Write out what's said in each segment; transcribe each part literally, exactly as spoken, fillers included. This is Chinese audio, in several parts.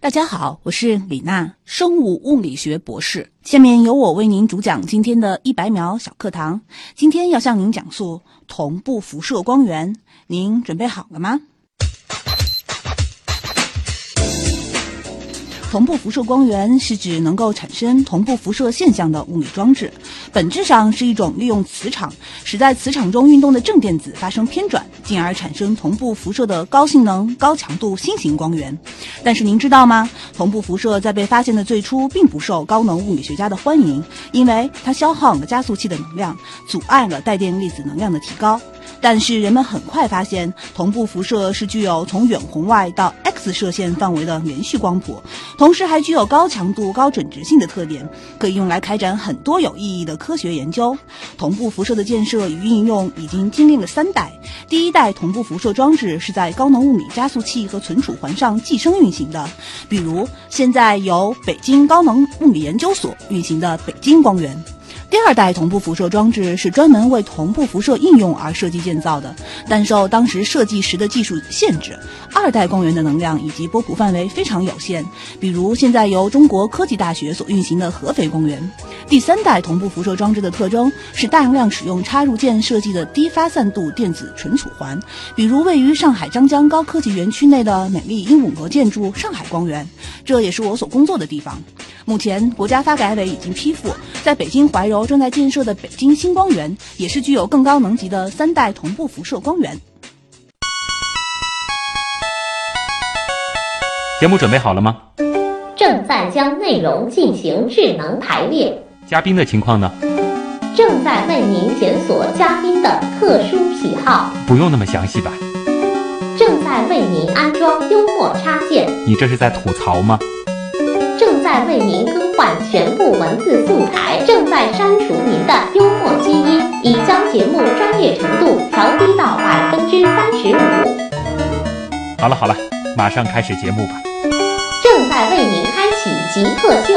大家好，我是李娜，生物物理学博士。下面由我为您主讲今天的一百秒小课堂。今天要向您讲述同步辐射光源，您准备好了吗？同步辐射光源是指能够产生同步辐射现象的物理装置，本质上是一种利用磁场使在磁场中运动的正电子发生偏转，进而产生同步辐射的高性能、高强度新型光源。但是您知道吗？同步辐射在被发现的最初并不受高能物理学家的欢迎，因为它消耗了加速器的能量，阻碍了带电粒子能量的提高。但是人们很快发现，同步辐射是具有从远红外到 X 射线范围的连续光谱，同时还具有高强度、高准直性的特点，可以用来开展很多有意义的科学研究。同步辐射的建设与应用已经经历了三代。第一代同步辐射装置是在高能物理加速器和存储环上寄生运行的，比如现在由北京高能物理研究所运行的北京光源。第二代同步辐射装置是专门为同步辐射应用而设计建造的，但受当时设计时的技术限制，二代光源的能量以及波谱范围非常有限，比如现在由中国科技大学所运行的合肥光源。第三代同步辐射装置的特征是大量使用插入件设计的低发散度电子存储环，比如位于上海张江高科技园区内的美丽英吻合建筑上海光源，这也是我所工作的地方。目前国家发改委已经批复，在北京怀柔正在建设的北京新光源也是具有更高能级的三代同步辐射光源。 节目准备好了吗？ 正在将内容进行智能排列。 嘉宾的情况呢？ 正在为您检索嘉宾的特殊喜好。 不用那么详细吧？ 正在为您安装幽默插件。 你这是在吐槽吗？ 正在为您更换全部文字素材，正在删除您的幽默基因，已将节目专业程度调低到百分之三十五。 好了好了，马上开始节目吧。 正在为您开启极客秀。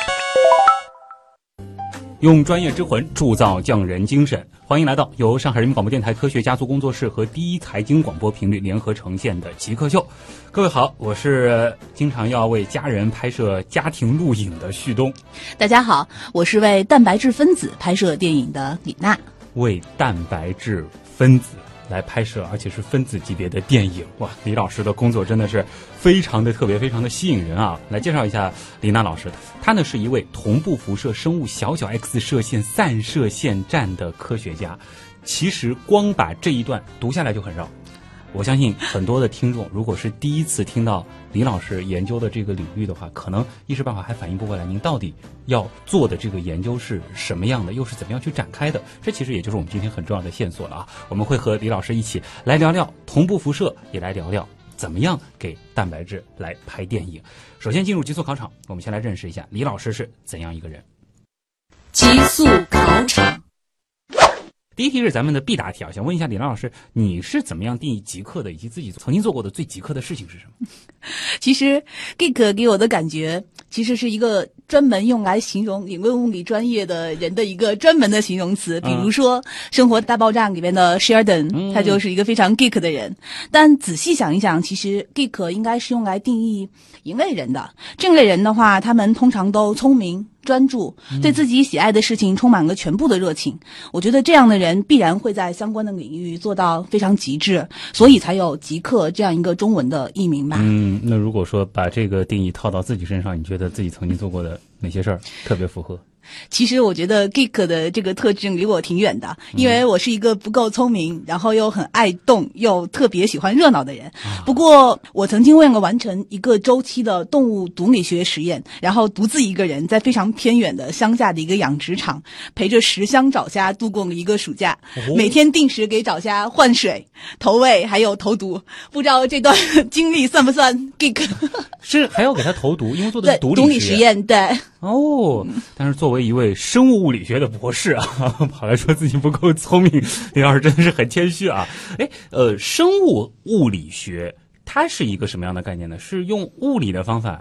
用专业之魂铸造匠人精神，欢迎来到由上海人民广播电台科学家族工作室和第一财经广播频率联合呈现的极客秀。各位好，我是经常要为家人拍摄家庭录影的旭东。 大家好，我是为蛋白质分子拍摄电影的李娜。 为蛋白质分子来拍摄，而且是分子级别的电影。哇，李老师的工作真的是非常的特别，非常的吸引人啊！来介绍一下李娜老师，她呢是一位同步辐射生物小小 X 射线散射线站的科学家。其实光把这一段读下来就很绕，我相信很多的听众如果是第一次听到李老师研究的这个领域的话，可能一时半会还反应不过来您到底要做的这个研究是什么样的，又是怎么样去展开的。这其实也就是我们今天很重要的线索了啊！我们会和李老师一起来聊聊同步辐射，也来聊聊怎么样给蛋白质来拍电影。首先进入极速考场，我们先来认识一下李老师是怎样一个人。 极速考场。 第一题是咱们的必答题啊，想问一下李老师，你是怎么样定义极客的，以及自己曾经做过的最极客的事情是什么？ 其实 geek 给我的感觉其实是一个专门用来形容理论物理专业的人的一个专门的形容词，比如说《生活大爆炸》里面的 Sheldon、嗯、他就是一个非常 geek 的人。但仔细想一想，其实 geek 应该是用来定义一类人的。这类人的话，他们通常都聪明专注，对自己喜爱的事情充满了全部的热情。我觉得这样的人必然会在相关的领域做到非常极致，所以才有极客这样一个中文的译名吧。 嗯，那如果说把这个定义套到自己身上，你觉得自己曾经做过的哪些事儿特别符合？ 其实我觉得 geek 的这个特质离我挺远的，因为我是一个不够聪明，然后又很爱动，又特别喜欢热闹的人。不过我曾经为了完成一个周期的动物毒理学实验，然后独自一个人在非常偏远的乡下的一个养殖场，陪着十箱爪虾度过了一个暑假，哦、每天定时给爪虾换水、投喂还有投毒。不知道这段经历算不算 geek？ 是还要给他投毒，因为做的是毒理实验。对。 哦，但是作为一位生物物理学的博士啊，跑来说自己不够聪明，李老师真的是很谦虚啊。哎，呃，生物物理学它是一个什么样的概念呢？是用物理的方法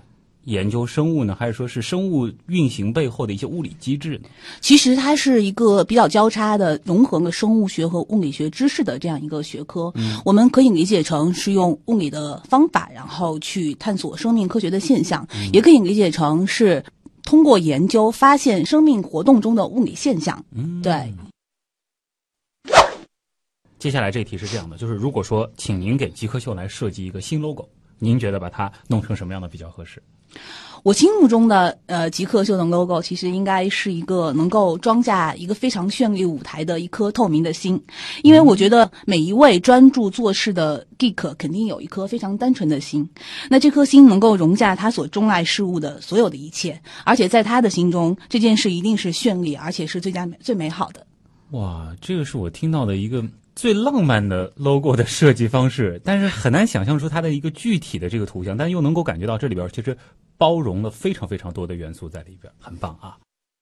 研究生物呢，还是说是生物运行背后的一些物理机制呢？ 其实它是一个比较交叉的，融合了生物学和物理学知识的这样一个学科。嗯，我们可以理解成是用物理的方法，然后去探索生命科学的现象，嗯、也可以理解成是通过研究发现生命活动中的物理现象。 嗯， 对。 接下来这题是这样的，就是如果说请您给极客秀来设计一个新 logo， 您觉得把它弄成什么样的比较合适？ 我心目中的呃极客秀的 logo 其实应该是一个能够装下一个非常绚丽舞台的一颗透明的心，因为我觉得每一位专注做事的 geek 肯定有一颗非常单纯的心，那这颗心能够容下他所钟爱事物的所有的一切，而且在他的心中这件事一定是绚丽而且是最佳美最美好的。 哇，这个是我听到的一个最浪漫的 logo 的设计方式，但是很难想象出它的一个具体的这个图像，但又能够感觉到这里边其实包容了非常非常多的元素在里边，很棒啊。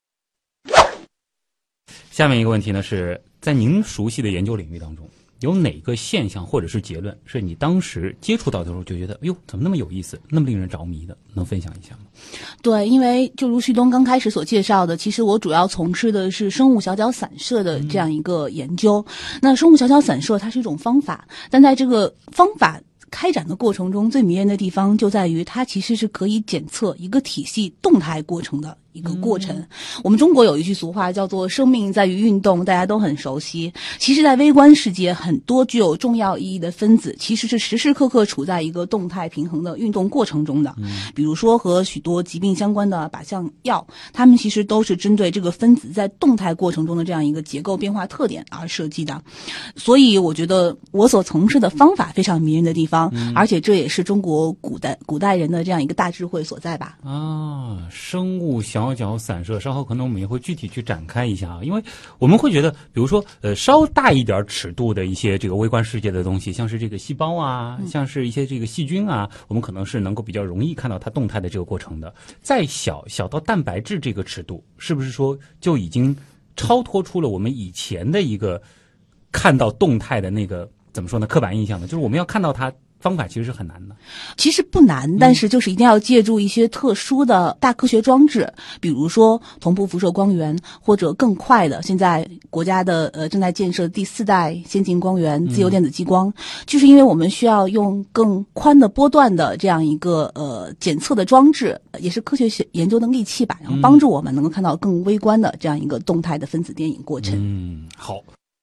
下面一个问题呢，是在您熟悉的研究领域当中，有哪个现象或者是结论是你当时接触到的时候就觉得，哎呦，怎么那么有意思，那么令人着迷的，能分享一下吗？ 对，因为就如旭东刚开始所介绍的，其实我主要从事的是生物小角散射的这样一个研究。嗯、那生物小角散射它是一种方法，但在这个方法开展的过程中，最迷人的地方就在于它其实是可以检测一个体系动态过程的一个过程。嗯、我们中国有一句俗话叫做生命在于运动，大家都很熟悉。其实在微观世界，很多具有重要意义的分子其实是时时刻刻处在一个动态平衡的运动过程中的。嗯、比如说和许多疾病相关的靶向药，它们其实都是针对这个分子在动态过程中的这样一个结构变化特点而设计的。所以我觉得我所从事的方法非常迷人的地方，嗯、而且这也是中国古代古代人的这样一个大智慧所在吧。 啊，生物小角散射，稍后可能我们也会具体去展开一下啊，因为我们会觉得，比如说呃稍大一点尺度的一些这个微观世界的东西，像是这个细胞啊，嗯、像是一些这个细菌啊，我们可能是能够比较容易看到它动态的这个过程的。再小小到蛋白质这个尺度，是不是说就已经超脱出了我们以前的一个看到动态的那个怎么说呢刻板印象呢？就是我们要看到它方法其实是很难的。 其实不难，但是就是一定要借助一些特殊的大科学装置，比如说同步辐射光源，或者更快的现在国家的呃正在建设第四代先进光源自由电子激光，嗯、就是因为我们需要用更宽的波段的这样一个呃检测的装置，也是科学研究的利器吧，然后帮助我们能够看到更微观的这样一个动态的分子电影过程。 嗯，好。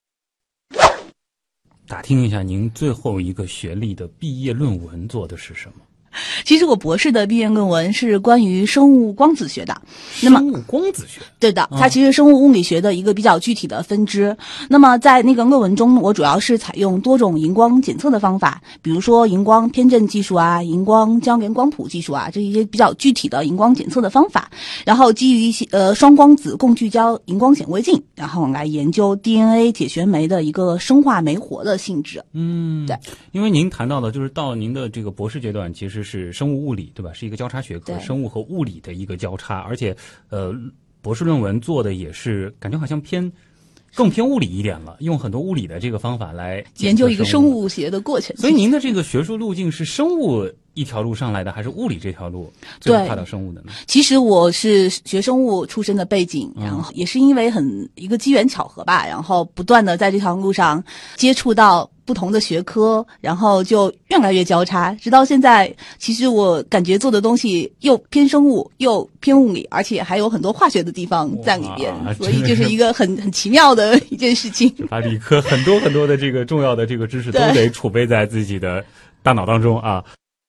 打听一下，您最后一个学历的毕业论文做的是什么？ 其实我博士的毕业论文是关于生物光子学的。那么生物光子学， 对的，它其实是生物物理学的一个比较具体的分支。嗯、那么在那个论文中，我主要是采用多种荧光检测的方法，比如说荧光偏振技术啊、荧光交联光谱技术啊，这一些比较具体的荧光检测的方法。然后基于一些呃双光子共聚焦荧光显微镜，然后来研究 D N A 解旋酶的一个生化酶活的性质。 嗯，对，因为您谈到的就是到您的这个博士阶段，其实是生物物理，对吧？是一个交叉学科，生物和物理的一个交叉，而且呃，博士论文做的也是感觉好像偏更偏物理一点了，用很多物理的这个方法来研究一个生物学的过程。 所以您的这个学术路径是生物一条路上来的，还是物理这条路最后踏到生物的呢？ 其实我是学生物出身的背景，然后也是因为很一个机缘巧合吧，然后不断的在这条路上接触到不同的学科，然后就越来越交叉，直到现在，其实我感觉做的东西又偏生物又偏物理，而且还有很多化学的地方在里边，所以就是一个很很奇妙的一件事情。 把理科很多很多的这个重要的这个知识都得储备在自己的大脑当中啊。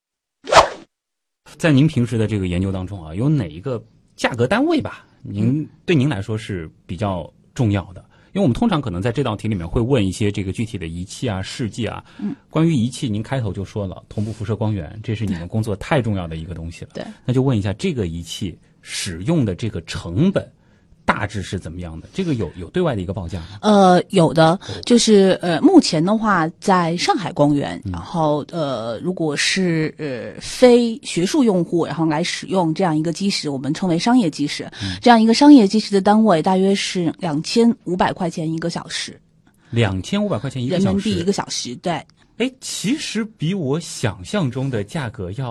在您平时的这个研究当中啊，有哪一个价格单位吧，您对您来说是比较重要的？因为我们通常可能在这道题里面会问一些这个具体的仪器啊、试剂啊。嗯，关于仪器，您开头就说了同步辐射光源，这是你们工作太重要的一个东西了。对，那就问一下这个仪器使用的这个成本大致是怎么样的？这个有有对外的一个报价吗？ 呃，有的，就是呃，目前的话，在上海光源，然后呃，如果是呃非学术用户，然后来使用这样一个基石，我们称为商业基石。嗯、这样一个商业基石的单位大约是两千五百块钱一个小时。 两千五百块钱一个小时， 人民币一个小时，对。 哎，其实比我想象中的价格要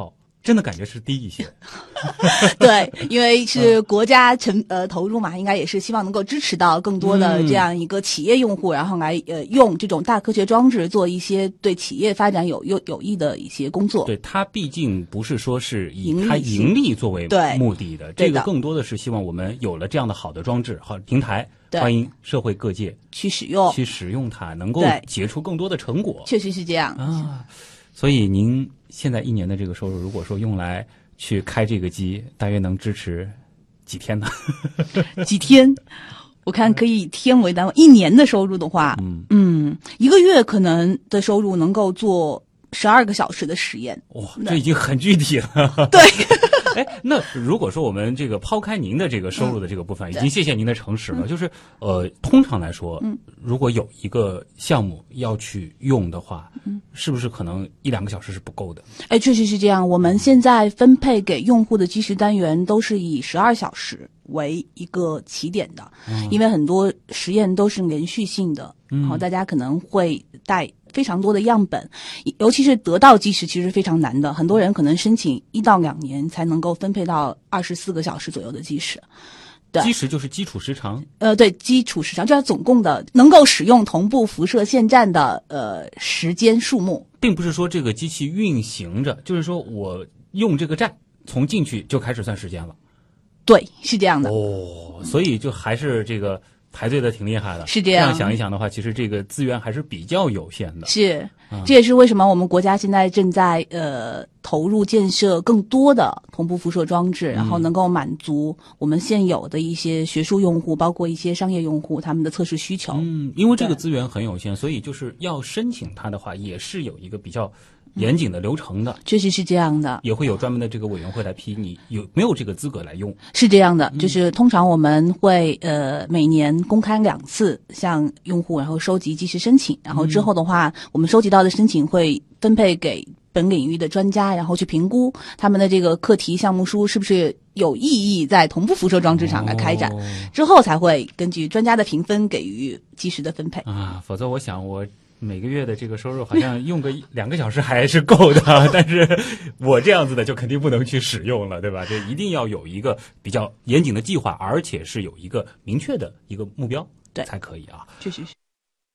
真的感觉是低一些。 对，因为是国家成呃投入嘛，应该也是希望能够支持到更多的这样一个企业用户，嗯、然后来呃用这种大科学装置做一些对企业发展有有有益的一些工作。 对，它毕竟不是说是以它盈利作为目的的，这个更多的是希望我们有了这样的好的装置和平台，欢迎社会各界去使用， 去使用它，能够结出更多的成果。 确实是这样啊。所以您现在一年的这个收入，如果说用来去开这个机，大约能支持几天呢？ 几天？我看可以以天为单位，一年的收入的话，嗯嗯，一个月可能的收入能够做十二个小时的实验。 哇，这已经很具体了。 对。 哎，那如果说我们这个抛开您的这个收入的这个部分，嗯、已经谢谢您的诚实了。嗯、就是呃，通常来说，嗯，如果有一个项目要去用的话，嗯，是不是可能一两个小时是不够的？ 哎，确实是这样。我们现在分配给用户的计时单元都是以十二小时为一个起点的，嗯、因为很多实验都是连续性的，嗯，然后大家可能会带非常多的样本，尤其是得到计时其实非常难的，很多人可能申请一到两年才能够分配到二十四个小时左右的计时。对， 基时就是基础时长。 呃，对，基础时长，这总共的能够使用同步辐射线站的呃时间数目， 并不是说这个机器运行着，就是说我用这个站从进去就开始算时间了。 对，是这样的。 哦，所以就还是这个。排队的挺厉害的， 是这样。 这样想一想的话，其实这个资源还是比较有限的。 是，嗯、这也是为什么我们国家现在正在呃投入建设更多的同步辐射装置，然后能够满足我们现有的一些学术用户，包括一些商业用户他们的测试需求。 嗯，因为这个资源很有限，所以就是要申请它的话，也是有一个比较严谨的流程的。 确实是这样的， 也会有专门的这个委员会来批你有没有这个资格来用。 是这样的，就是通常我们会呃每年公开两次向用户然后收集计时申请，然后之后的话，嗯、我们收集到的申请会分配给本领域的专家，然后去评估他们的这个课题项目书是不是有意义在同步辐射装置上来开展，哦、之后才会根据专家的评分给予计时的分配啊。否则我想我每个月的这个收入好像用个两个小时还是够的，但是我这样子的就肯定不能去使用了，对吧？这一定要有一个比较严谨的计划，而且是有一个明确的一个目标，对，才可以啊。 确实是。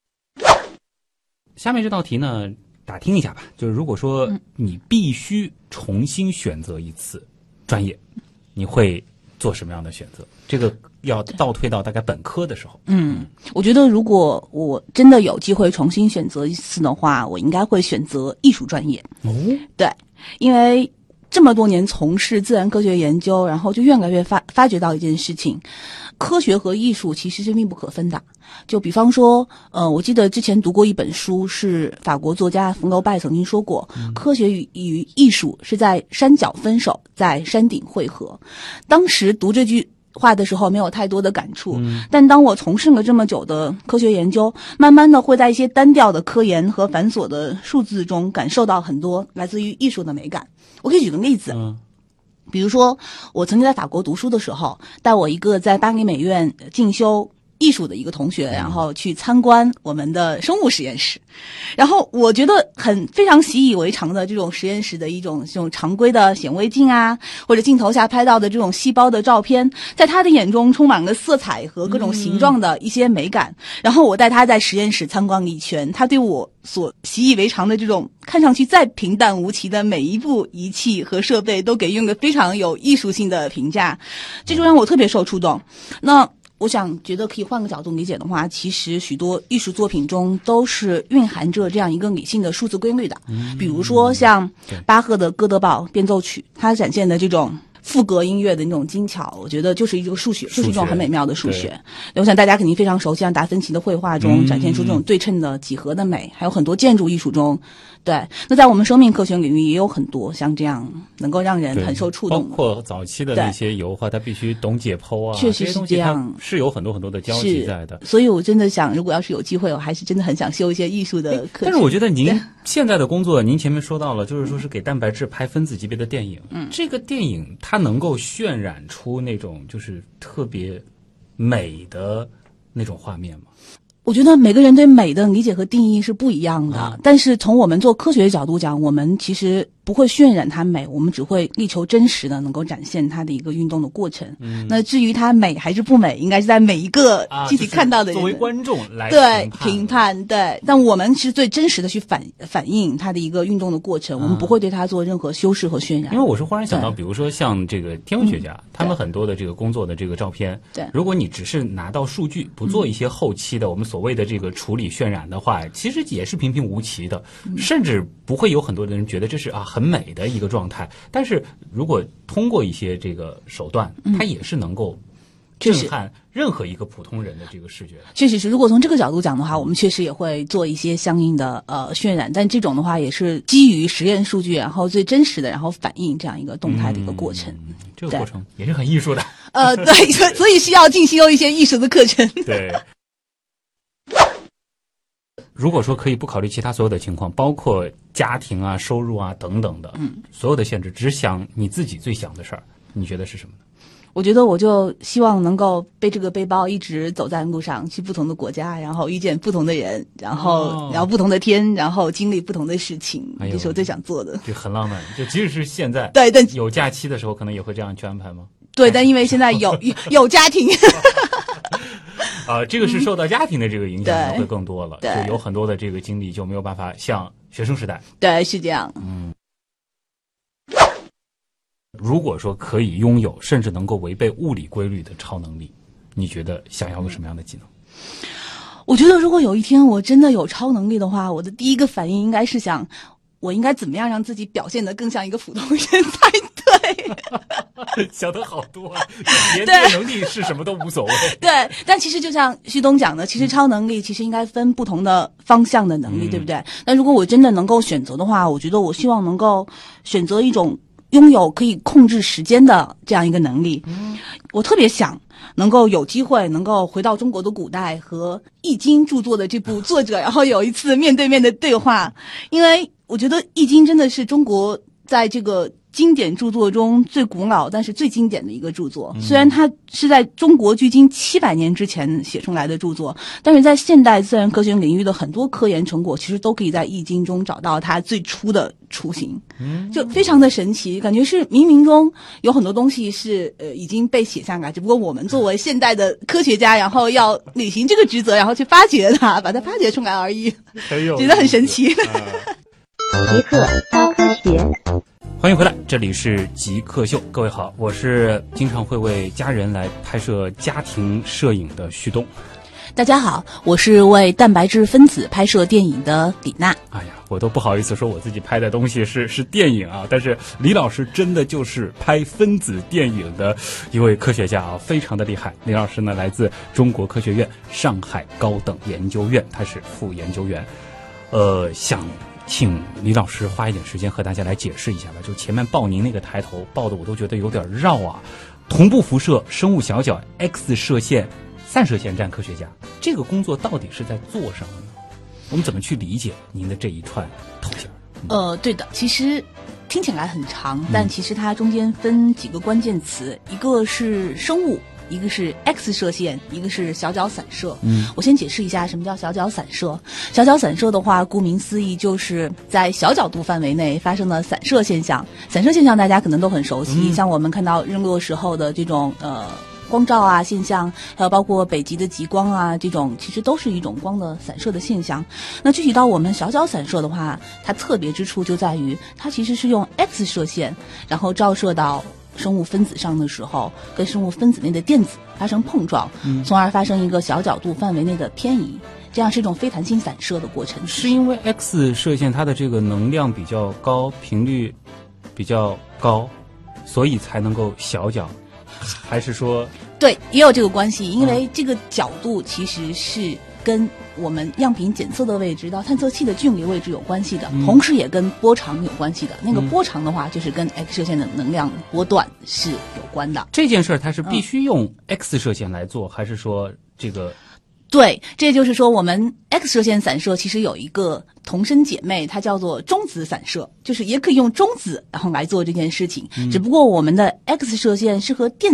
下面这道题呢，打听一下吧，就是如果说你必须重新选择一次专业，你会做什么样的选择？这个要倒退到大概本科的时候。 嗯，我觉得如果我真的有机会重新选择一次的话，我应该会选择艺术专业。 哦， 对，因为这么多年从事自然科学研究，然后就越来越发发觉到一件事情，科学和艺术其实是密不可分的。就比方说，呃，我记得之前读过一本书，是法国作家冯楼拜曾经说过，嗯、科学与与艺术是在山脚分手，在山顶汇合。当时读这句话的时候没有太多的感触，嗯、但当我从事了这么久的科学研究，慢慢的会在一些单调的科研和繁琐的数字中感受到很多来自于艺术的美感。我可以举个例子，嗯、比如说我曾经在法国读书的时候，带我一个在巴黎美院进修艺术的一个同学，然后去参观我们的生物实验室，然后我觉得很非常习以为常的这种实验室的一种这种常规的显微镜啊，或者镜头下拍到的这种细胞的照片，在他的眼中充满了色彩和各种形状的一些美感。嗯、然后我带他在实验室参观了一圈，他对我所习以为常的这种看上去再平淡无奇的每一部仪器和设备都给予了非常有艺术性的评价，这就让我特别受触动。那我想觉得可以换个角度理解的话，其实许多艺术作品中都是蕴含着这样一个理性的数字规律的。嗯、比如说像巴赫的哥德堡变奏曲，它展现的这种赋格音乐的那种精巧，我觉得就是一种数学，就是一种很美妙的数学。我想大家肯定非常熟悉，像达芬奇的绘画中展现出这种对称的几何的美，还有很多建筑艺术中。对，那在我们生命科学领域也有很多像这样能够让人很受触动的， 包括早期的那些油画，它必须懂解剖啊， 确实是这样， 是有很多很多的交集在的。 所以我真的想，如果要是有机会，我还是真的很想修一些艺术的课程。 但是我觉得您现在的工作，您前面说到了，就是说是给蛋白质拍分子级别的电影，嗯，这个电影它能够渲染出那种就是特别美的那种画面吗？ 我我觉得每个人对美的理解和定义是不一样的， 啊、 但是从我们做科学的角度讲，我们其实不会渲染它美，我们只会力求真实的能够展现它的一个运动的过程。 嗯， 那至于它美还是不美，应该是在每一个具体看到的人、 啊、作为观众来对评判。对，但我们是最真实的去反反映它的一个运动的过程，啊、我们不会对它做任何修饰和渲染。 因为我是忽然想到，比如说像这个天文学家，嗯、他们很多的这个工作的这个照片， 对， 如果你只是拿到数据，不做一些后期的、嗯、我们所谓的这个处理渲染的话，其实也是平平无奇的，嗯、甚至不会有很多的人觉得这是啊很美的一个状态。但是如果通过一些这个手段，嗯、它也是能够震撼任何一个普通人的这个视觉。 确实是，如果从这个角度讲的话，我们确实也会做一些相应的呃渲染，但这种的话也是基于实验数据，然后最真实的，然后反映这样一个动态的一个过程。 嗯、这个过程也是很艺术的。 呃，对，所以需要进修一些艺术的课程。 对。如果说可以不考虑其他所有的情况，包括家庭啊、收入啊等等的，嗯，所有的限制，只想你自己最想的事儿，你觉得是什么呢？ 我觉得我就希望能够背这个背包一直走在路上，去不同的国家，然后遇见不同的人，然后、哦、然后不同的天，然后经历不同的事情，哎、这是我最想做的。 这很浪漫，就即使是现在， 对，但有假期的时候，可能也会这样去安排吗？ 对，但因为现在有有, 有家庭。 啊，这个是受到家庭的这个影响嗯、 会更多了，就有很多的这个经历就没有办法像学生时代。 对，是这样。 嗯，如果说可以拥有甚至能够违背物理规律的超能力，你觉得想要个什么样的技能？ 我觉得如果有一天我真的有超能力的话，我的第一个反应应该是想，我应该怎么样让自己表现得更像一个普通人才对。 想得好多啊，连这个能力是什么都无所谓。 对，但其实就像旭东讲的，其实超能力其实应该分不同的方向的能力，嗯、对不对？那如果我真的能够选择的话，我觉得我希望能够选择一种拥有可以控制时间的这样一个能力。嗯、我特别想能够有机会能够回到中国的古代，和《易经》著作的这部作者，然后有一次面对面的对话，因为我觉得《易经》真的是中国在这个经典著作中最古老但是最经典的一个著作，虽然它是在中国距今七百年之前写出来的著作，但是在现代自然科学领域的很多科研成果其实都可以在易经中找到它最初的雏形，就非常的神奇，感觉是冥冥中有很多东西是呃已经被写下来，只不过我们作为现代的科学家，然后要履行这个职责，然后去发掘它，把它发掘出来而已，觉得很神奇。 极客高科学， 欢迎回来，这里是极客秀。各位好，我是经常会为家人来拍摄家庭摄影的旭东。 大家好，我是为蛋白质分子拍摄电影的李娜。 哎呀，我都不好意思说我自己拍的东西是是电影啊，但是李老师真的就是拍分子电影的一位科学家啊，非常的厉害。李老师呢，来自中国科学院上海高等研究院，他是副研究员。呃，想请李老师花一点时间和大家来解释一下吧，就前面报您那个抬头报的我都觉得有点绕啊。同步辐射、生物小角、X 射线、散射线站科学家，这个工作到底是在做什么呢？我们怎么去理解您的这一串头衔？ 嗯、呃，对的，其实听起来很长，但其实它中间分几个关键词，一个是生物，一个是 X 射线，一个是小角散射。嗯，我先解释一下什么叫小角散射。小角散射的话，顾名思义，就是在小角度范围内发生的散射现象。散射现象大家可能都很熟悉，嗯、像我们看到日落时候的这种呃光照啊现象，还有包括北极的极光啊，这种其实都是一种光的散射的现象。那具体到我们小角散射的话，它特别之处就在于它其实是用 X 射线，然后照射到生物分子上的时候，跟生物分子内的电子发生碰撞，嗯、从而发生一个小角度范围内的偏移，这样是一种非弹性散射的过程。 是因为 X 射线它的这个能量比较高，频率比较高，所以才能够小角，还是说？ 对，也有这个关系，因为这个角度其实是跟我们样品检测的位置到探测器的距离位置有关系的，嗯、同时也跟波长有关系的。那个波长的话，就是跟 X 射线的能量波段是有关的。 这件事儿它是必须用 X 射线来做，嗯、还是说这个？ 对，这就是说我们 X 射线散射其实有一个同生姐妹，它叫做中子散射，就是也可以用中子然后来做这件事情，嗯、只不过我们的 X 射线是和电子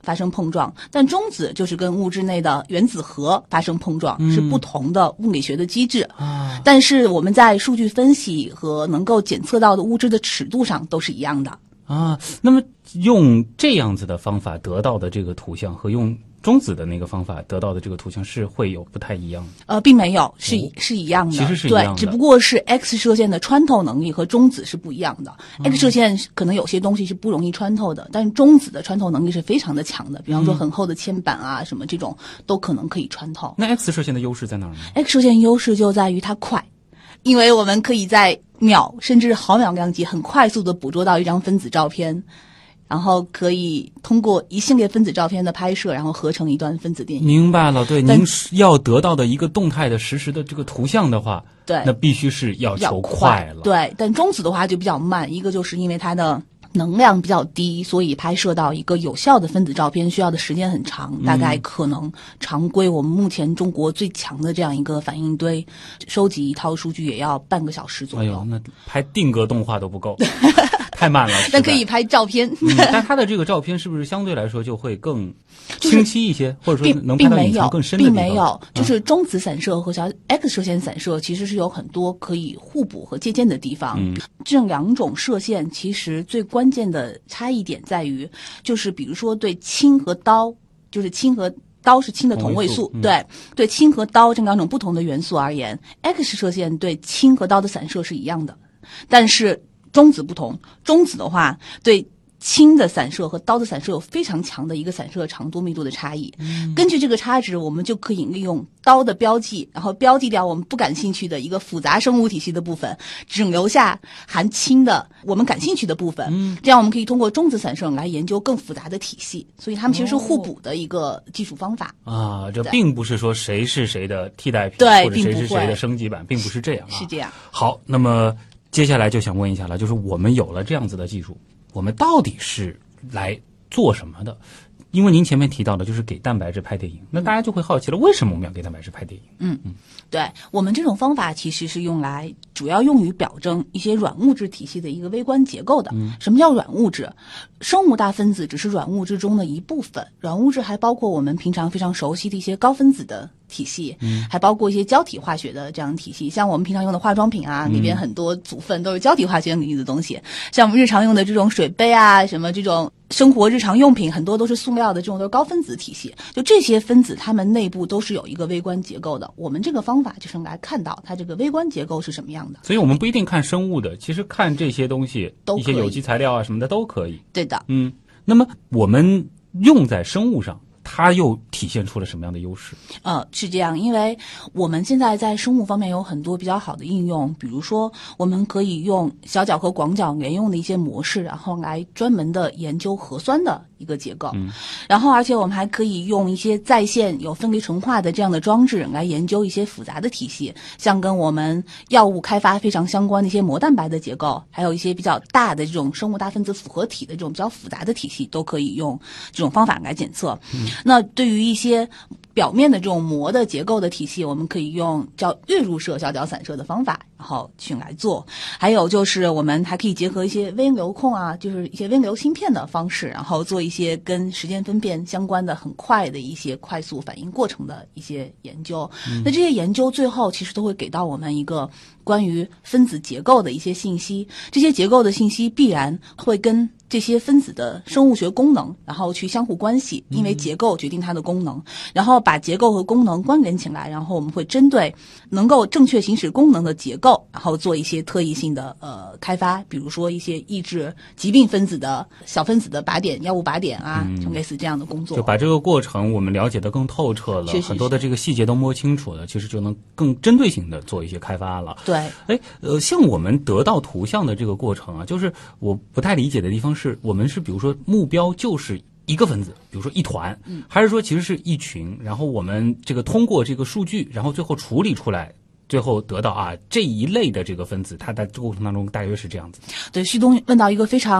发生碰撞，但中子就是跟物质内的原子核发生碰撞， 嗯、 是不同的物理学的机制啊。 但是我们在数据分析和能够检测到的物质的尺度上都是一样的啊。那么用这样子的方法得到的这个图像和用中子的那个方法得到的这个图像是会有不太一样的？ 呃，并没有，是、哦、是一样的， 其实是一样的， 对，只不过是 X 射线的穿透能力和中子是不一样的。嗯、X 射线可能有些东西是不容易穿透的，但是中子的穿透能力是非常的强的，比方说很厚的铅板啊，嗯、什么这种都可能可以穿透。 那 X 射线的优势在哪儿呢 ？X 射线优势就在于它快，因为我们可以在秒甚至毫秒量级很快速的捕捉到一张分子照片。然后可以通过一系列分子照片的拍摄，然后合成一段分子电影。 明白了，对，您要得到的一个动态的实时的这个图像的话， 对， 那必须是要求快了。 对，但中子的话就比较慢，一个就是因为它的能量比较低，所以拍摄到一个有效的分子照片需要的时间很长，大概可能常规我们目前中国最强的这样一个反应堆，收集一套数据也要半个小时左右。 哎呦，那拍定格动画都不够。太慢了， 但可以拍照片。 嗯、但它的这个照片是不是相对来说就会更清晰一些，就是、或者说能拍到隐藏更深的地方？ 并没有，就是中子散射和小 X 射线散射其实是有很多可以互补和借鉴的地方。嗯、这两种射线其实最关键的差异点在于，就是比如说对氢和氘，就是氢和氘是氢的同位素， 嗯、 对对氢和氘这两种不同的元素而言 ，X 射线对氢和氘的散射是一样的，但是中子不同，中子的话对氢的散射和氘的散射有非常强的一个散射长度密度的差异。嗯、根据这个差值，我们就可以利用氘的标记，然后标记掉我们不感兴趣的一个复杂生物体系的部分，只留下含氢的我们感兴趣的部分。嗯、这样我们可以通过中子散射来研究更复杂的体系，所以它们其实是互补的一个技术方法。 哦、啊，这并不是说谁是谁的替代品， 对， 或者谁是谁的升级版，并不是这样啊。 是这样。 好，那么接下来就想问一下了，就是我们有了这样子的技术，我们到底是来做什么的？因为您前面提到的就是给蛋白质拍电影，那大家就会好奇了，为什么我们要给蛋白质拍电影？ 嗯嗯，对，我们这种方法其实是用来主要用于表征一些软物质体系的一个微观结构的。嗯、什么叫软物质？生物大分子只是软物质中的一部分，软物质还包括我们平常非常熟悉的一些高分子的体系，嗯，还包括一些胶体化学的这样的体系，像我们平常用的化妆品啊，里边很多组分都是胶体化学领域的东西，像我们日常用的这种水杯啊，什么这种生活日常用品，很多都是塑料的，这种都是高分子体系。就这些分子，它们内部都是有一个微观结构的。我们这个方法就是来看到它这个微观结构是什么样的。 所以我们不一定看生物的，其实看这些东西，一些有机材料啊什么的都可以。 对的， 嗯。那么我们用在生物上，它又体现出了什么样的优势？ 呃，是这样，因为我们现在在生物方面有很多比较好的应用，比如说我们可以用小角和广角联用的一些模式，然后来专门的研究核酸的一个结构。嗯，然后而且我们还可以用一些在线有分离纯化的这样的装置来研究一些复杂的体系，像跟我们药物开发非常相关的一些膜蛋白的结构，还有一些比较大的这种生物大分子复合体的这种比较复杂的体系，都可以用这种方法来检测。嗯，那对于一些表面的这种膜的结构的体系，我们可以用叫跃入射小角散射的方法，然后去来做。还有就是我们还可以结合一些微流控啊，就是一些微流芯片的方式，然后做一些跟时间分辨相关的很快的一些快速反应过程的一些研究。嗯、那这些研究最后其实都会给到我们一个关于分子结构的一些信息，这些结构的信息必然会跟这些分子的生物学功能然后去相互关系，因为结构决定它的功能，然后把结构和功能关联起来，然后我们会针对能够正确行使功能的结构，然后做一些特异性的呃开发，比如说一些抑制疾病分子的小分子的靶点、药物靶点啊，就类似这样的工作。 就把这个过程我们了解得更透彻了， 是是是， 很多的这个细节都摸清楚了，其实就能更针对性的做一些开发了。 对， 哎，呃，像我们得到图像的这个过程啊，就是我不太理解的地方是，我们是比如说目标就是一个分子，比如说一团，嗯，还是说其实是一群，然后我们这个通过这个数据，然后最后处理出来，最后得到啊这一类的这个分子，它在这个过程当中大约是这样子。 对，旭东问到一个非常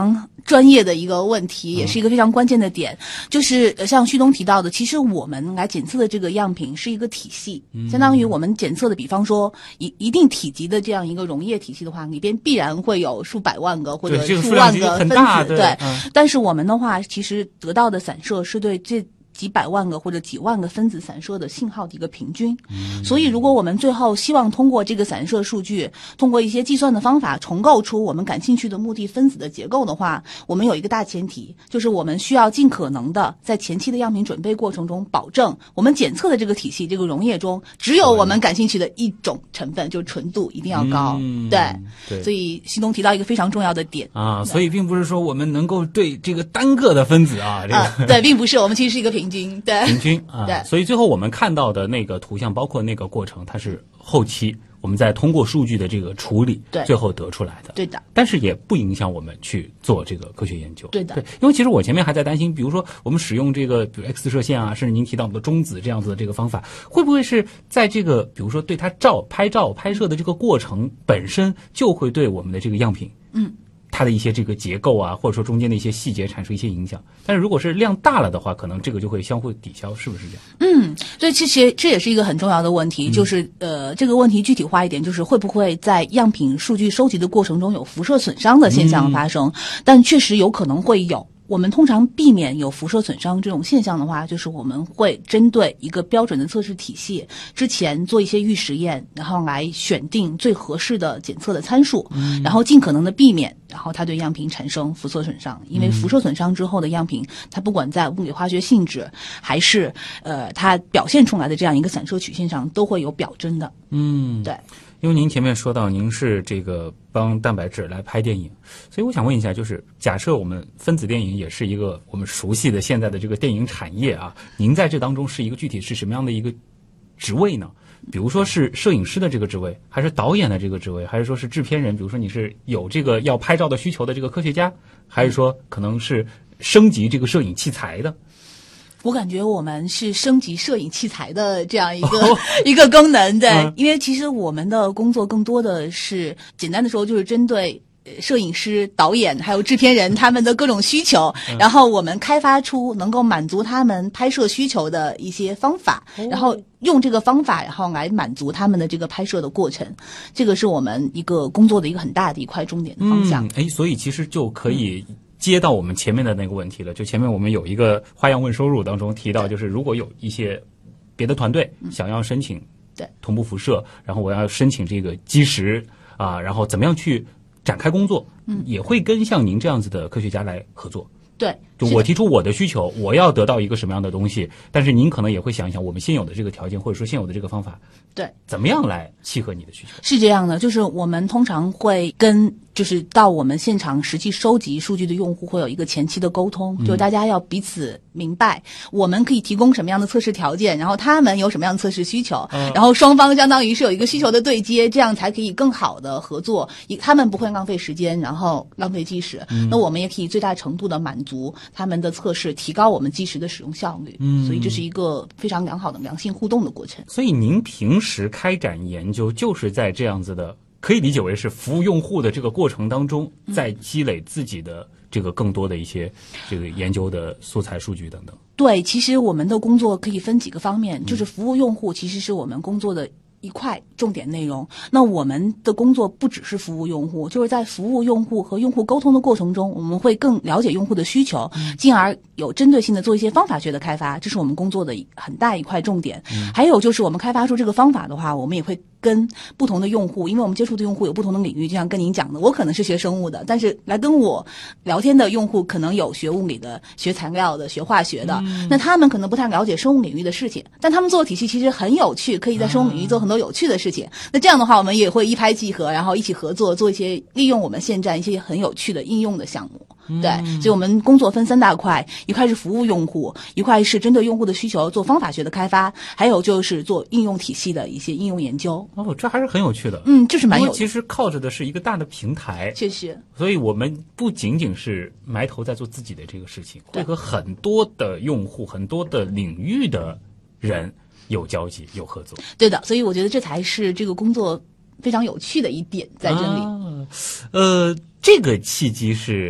专业的一个问题，也是一个非常关键的点，就是像旭东提到的，其实我们来检测的这个样品是一个体系，相当于我们检测的，比方说一一定体积的这样一个溶液体系的话，里边必然会有数百万个或者数万个分子， 对， 对、嗯。但是我们的话，其实得到的散射是对这几百万个或者几万个分子散射的信号的一个平均，嗯、所以如果我们最后希望通过这个散射数据，通过一些计算的方法重构出我们感兴趣的目的分子的结构的话，我们有一个大前提，就是我们需要尽可能的在前期的样品准备过程中，保证我们检测的这个体系这个溶液中只有我们感兴趣的一种成分，就是纯度一定要高， 嗯、 对, 对。 所以旭东提到一个非常重要的点啊，所以并不是说我们能够对这个单个的分子啊，这个、 啊、对，并不是，我们其实是一个平均。对， 平均啊， 对， 所以最后我们看到的那个图像，包括那个过程，它是后期我们在通过数据的这个处理， 对， 最后得出来的。 对的， 但是也不影响我们去做这个科学研究。 对的， 对，因为其实我前面还在担心，比如说我们使用这个比如 X 射线啊，甚至您提到的中子这样子的这个方法，会不会是在这个比如说对它照拍照拍摄的这个过程本身，就会对我们的这个样品，嗯。它的一些这个结构啊，或者说中间的一些细节产生一些影响，但是如果是量大了的话，可能这个就会相互抵消，是不是这样？ 嗯，所以其实这也是一个很重要的问题，嗯、就是呃，这个问题具体化一点，就是会不会在样品数据收集的过程中有辐射损伤的现象发生？嗯、但确实有可能会有。我们通常避免有辐射损伤这种现象的话，就是我们会针对一个标准的测试体系之前做一些预实验，然后来选定最合适的检测的参数，嗯、然后尽可能的避免，然后它对样品产生辐射损伤。因为辐射损伤之后的样品，它不管在物理化学性质，还是呃它表现出来的这样一个散射曲线上，都会有表征的。 嗯， 对。 因为您前面说到您是这个帮蛋白质来拍电影，所以我想问一下，就是假设我们分子电影也是一个我们熟悉的现在的这个电影产业啊，您在这当中是一个具体是什么样的一个职位呢？比如说是摄影师的这个职位，还是导演的这个职位，还是说是制片人？比如说你是有这个要拍照的需求的这个科学家，还是说可能是升级这个摄影器材的？ 我感觉我们是升级摄影器材的这样一个、哦、一个功能，对、嗯，因为其实我们的工作更多的是，简单的说就是针对摄影师、导演还有制片人他们的各种需求，嗯、然后我们开发出能够满足他们拍摄需求的一些方法，哦、然后用这个方法，然后来满足他们的这个拍摄的过程，这个是我们一个工作的一个很大的一块重点的方向。 哎、嗯，所以其实就可以。嗯接到我们前面的那个问题了，就前面我们有一个花样问收入当中提到，就是如果有一些别的团队想要申请对同步辐射，然后我要申请这个基石啊，然后怎么样去展开工作，嗯，也会跟像您这样子的科学家来合作。 对， 就我提出我的需求，我要得到一个什么样的东西，但是您可能也会想一想我们现有的这个条件，或者说现有的这个方法， 对， 怎么样来契合你的需求？ 是这样的，就是我们通常会跟就是到我们现场实际收集数据的用户会有一个前期的沟通，嗯、就大家要彼此明白我们可以提供什么样的测试条件，然后他们有什么样的测试需求，嗯、然后双方相当于是有一个需求的对接，这样才可以更好的合作，他们不会浪费时间，然后浪费基石，嗯、那我们也可以最大程度的满足他们的测试，提高我们基石的使用效率。嗯，所以这是一个非常良好的良性互动的过程。 所以您平时开展研究就是在这样子的，可以理解为是服务用户的这个过程当中，在积累自己的这个更多的一些这个研究的素材、数据等等。 对，其实我们的工作可以分几个方面，就是服务用户其实是我们工作的一块重点内容。那我们的工作不只是服务用户，就是在服务用户和用户沟通的过程中，我们会更了解用户的需求，嗯、进而有针对性的做一些方法学的开发，这是我们工作的很大一块重点。嗯、还有就是我们开发出这个方法的话，我们也会跟不同的用户，因为我们接触的用户有不同的领域，就像跟您讲的，我可能是学生物的，但是来跟我聊天的用户可能有学物理的、学材料的、学化学的，嗯、那他们可能不太了解生物领域的事情，但他们做的体系其实很有趣，可以在生物领域做很多有趣的事情。嗯、那这样的话，我们也会一拍即合，然后一起合作，做一些利用我们现在一些很有趣的应用的项目。对，所以我们工作分三大块，一块是服务用户，一块是针对用户的需求做方法学的开发，还有就是做应用体系的一些应用研究。 哦，这还是很有趣的。 嗯，这是蛮有趣的。 其实靠着的是一个大的平台， 确实。 所以我们不仅仅是埋头在做自己的这个事情，会和很多的用户、很多的领域的人有交集、有合作。 对的，所以我觉得这才是这个工作非常有趣的一点在这里。 啊、呃，这个契机是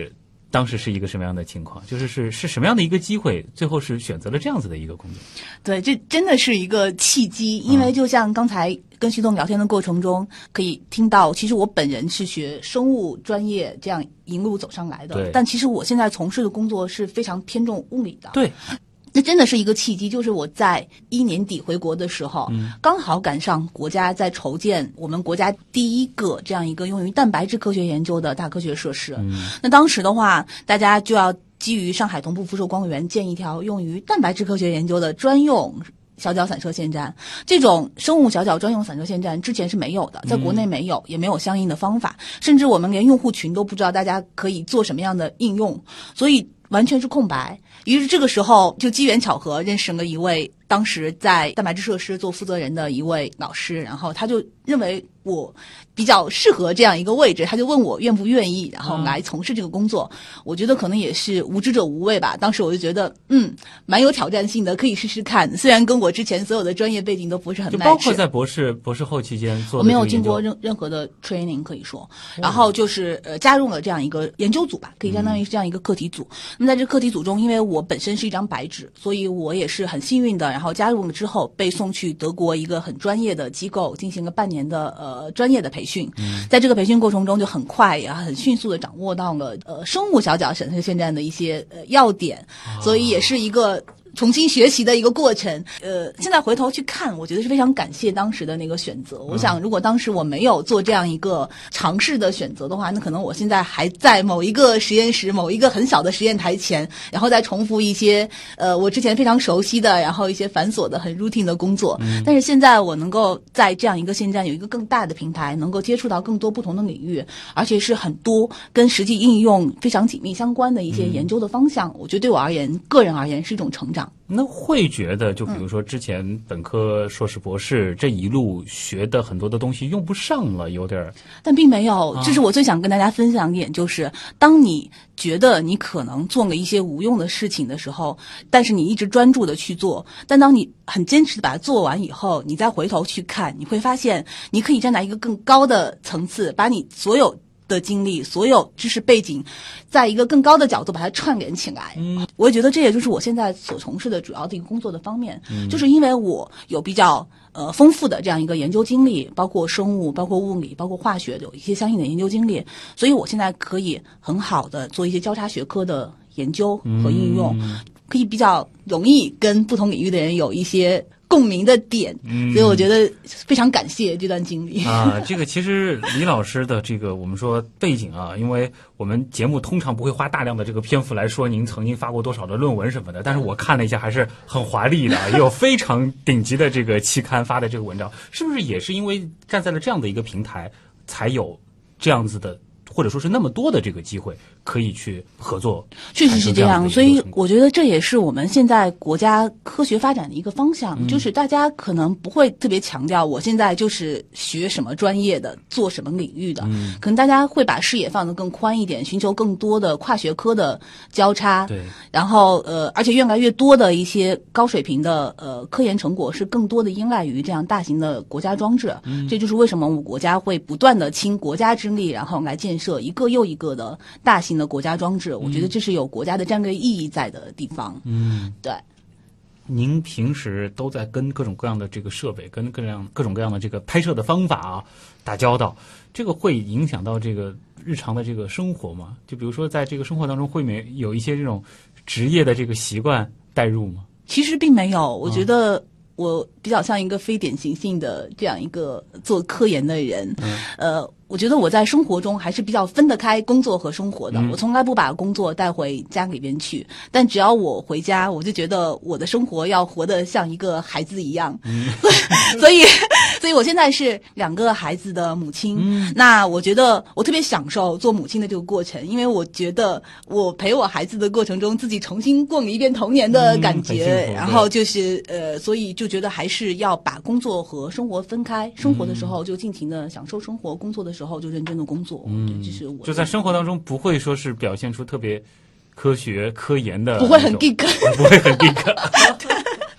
当时是一个什么样的情况？就是是是什么样的一个机会，最后是选择了这样子的一个工作？ 对，这真的是一个契机，因为就像刚才跟徐总聊天的过程中，可以听到，其实我本人是学生物专业，这样一路走上来的，但其实我现在从事的工作是非常偏重物理的。 对。 那真的是一个契机，就是我在一年底回国的时候，嗯、刚好赶上国家在筹建我们国家第一个这样一个用于蛋白质科学研究的大科学设施。嗯、那当时的话，大家就要基于上海同步辐射光源建一条用于蛋白质科学研究的专用小角散射线站。这种生物小角专用散射线站之前是没有的，在国内没有，嗯、也没有相应的方法，甚至我们连用户群都不知道大家可以做什么样的应用，所以完全是空白。于是这个时候就机缘巧合认识了一位当时在蛋白质设施做负责人的一位老师，然后他就认为我比较适合这样一个位置，他就问我愿不愿意然后来从事这个工作。嗯、我觉得可能也是无知者无畏吧，当时我就觉得嗯蛮有挑战性的，可以试试看，虽然跟我之前所有的专业背景都不是很 match。 就包括在博士博士后期间做的， 我没有经过任任何的 training 可以说，然后就是呃加入了这样一个研究组吧，可以相当于是这样一个课题组。嗯、那么在这课题组中，因为我本身是一张白纸，所以我也是很幸运的，然后加入了之后被送去德国一个很专业的机构进行了半年的呃专业的培训。嗯、在这个培训过程中就很快也很迅速的掌握到了呃生物小角散射线站的一些呃要点，哦、所以也是一个重新学习的一个过程。呃，现在回头去看，我觉得是非常感谢当时的那个选择。我想如果当时我没有做这样一个尝试的选择的话，那可能我现在还在某一个实验室某一个很小的实验台前，然后再重复一些呃我之前非常熟悉的然后一些繁琐的很 routine 的工作。嗯、但是现在我能够在这样一个线站有一个更大的平台，能够接触到更多不同的领域，而且是很多跟实际应用非常紧密相关的一些研究的方向。嗯、我觉得对我而言，个人而言是一种成长。 那会觉得就比如说之前本科、硕士、博士这一路学的很多的东西用不上了，有点。 但并没有，这是我最想跟大家分享的一点，就是当你觉得你可能做了一些无用的事情的时候，但是你一直专注的去做，但当你很坚持的把它做完以后，你再回头去看，你会发现你可以站在一个更高的层次，把你所有的经历，所有知识背景，在一个更高的角度把它串联起来。嗯，我也觉得这也就是我现在所从事的主要的一个工作的方面。嗯，就是因为我有比较呃丰富的这样一个研究经历，包括生物、包括物理、包括化学有一些相应的研究经历，所以我现在可以很好的做一些交叉学科的研究和应用，嗯、可以比较容易跟不同领域的人有一些共鸣的点，嗯、所以我觉得非常感谢这段经历啊。这个其实李老师的这个我们说背景啊，因为我们节目通常不会花大量的这个篇幅来说您曾经发过多少的论文什么的，但是我看了一下还是很华丽的，也有非常顶级的这个期刊发的这个文章，是不是也是因为站在了这样的一个平台，才有这样子的，或者说是那么多的这个机会可以去合作？ 确实是这样，所以我觉得这也是我们现在国家科学发展的一个方向，嗯、就是大家可能不会特别强调我现在就是学什么专业的，做什么领域的，嗯、可能大家会把视野放得更宽一点，寻求更多的跨学科的交叉。 对， 然后呃，而且越来越多的一些高水平的呃科研成果是更多的依赖于这样大型的国家装置。嗯、这就是为什么我们国家会不断的倾国家之力，然后来建设一个又一个的大型的国家装置，我觉得这是有国家的战略意义在的地方。嗯，对。 您平时都在跟各种各样的这个设备，跟各样各种各样的这个拍摄的方法啊打交道，这个会影响到这个日常的这个生活吗？就比如说在这个生活当中，会没有一些这种职业的这个习惯带入吗？ 其实并没有，我觉得我比较像一个非典型性的这样一个做科研的人。嗯、呃。我觉得我在生活中还是比较分得开工作和生活的，嗯、我从来不把工作带回家里边去，但只要我回家，我就觉得我的生活要活得像一个孩子一样。嗯、所以所以我现在是两个孩子的母亲。嗯、那我觉得我特别享受做母亲的这个过程，因为我觉得我陪我孩子的过程中，自己重新过了一遍童年的感觉，嗯、然后就是呃，所以就觉得还是要把工作和生活分开，生活的时候就尽情的享受生活，工作的时候时候就认真的工作。嗯，这是我就在生活当中不会说是表现出特别科学科研的， 不会很 geek， 不会很 geek。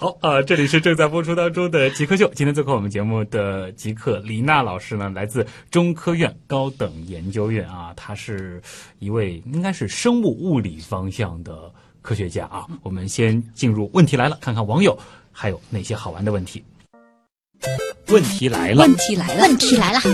好啊、呃，这里是正在播出当中的极客秀。今天做客我们节目的极客李娜老师呢，来自中科院高等研究院啊，她是一位应该是生物物理方向的科学家啊。我们先进入问题来了，看看网友还有哪些好玩的问题。问题来了， 问题来了， 问题来了。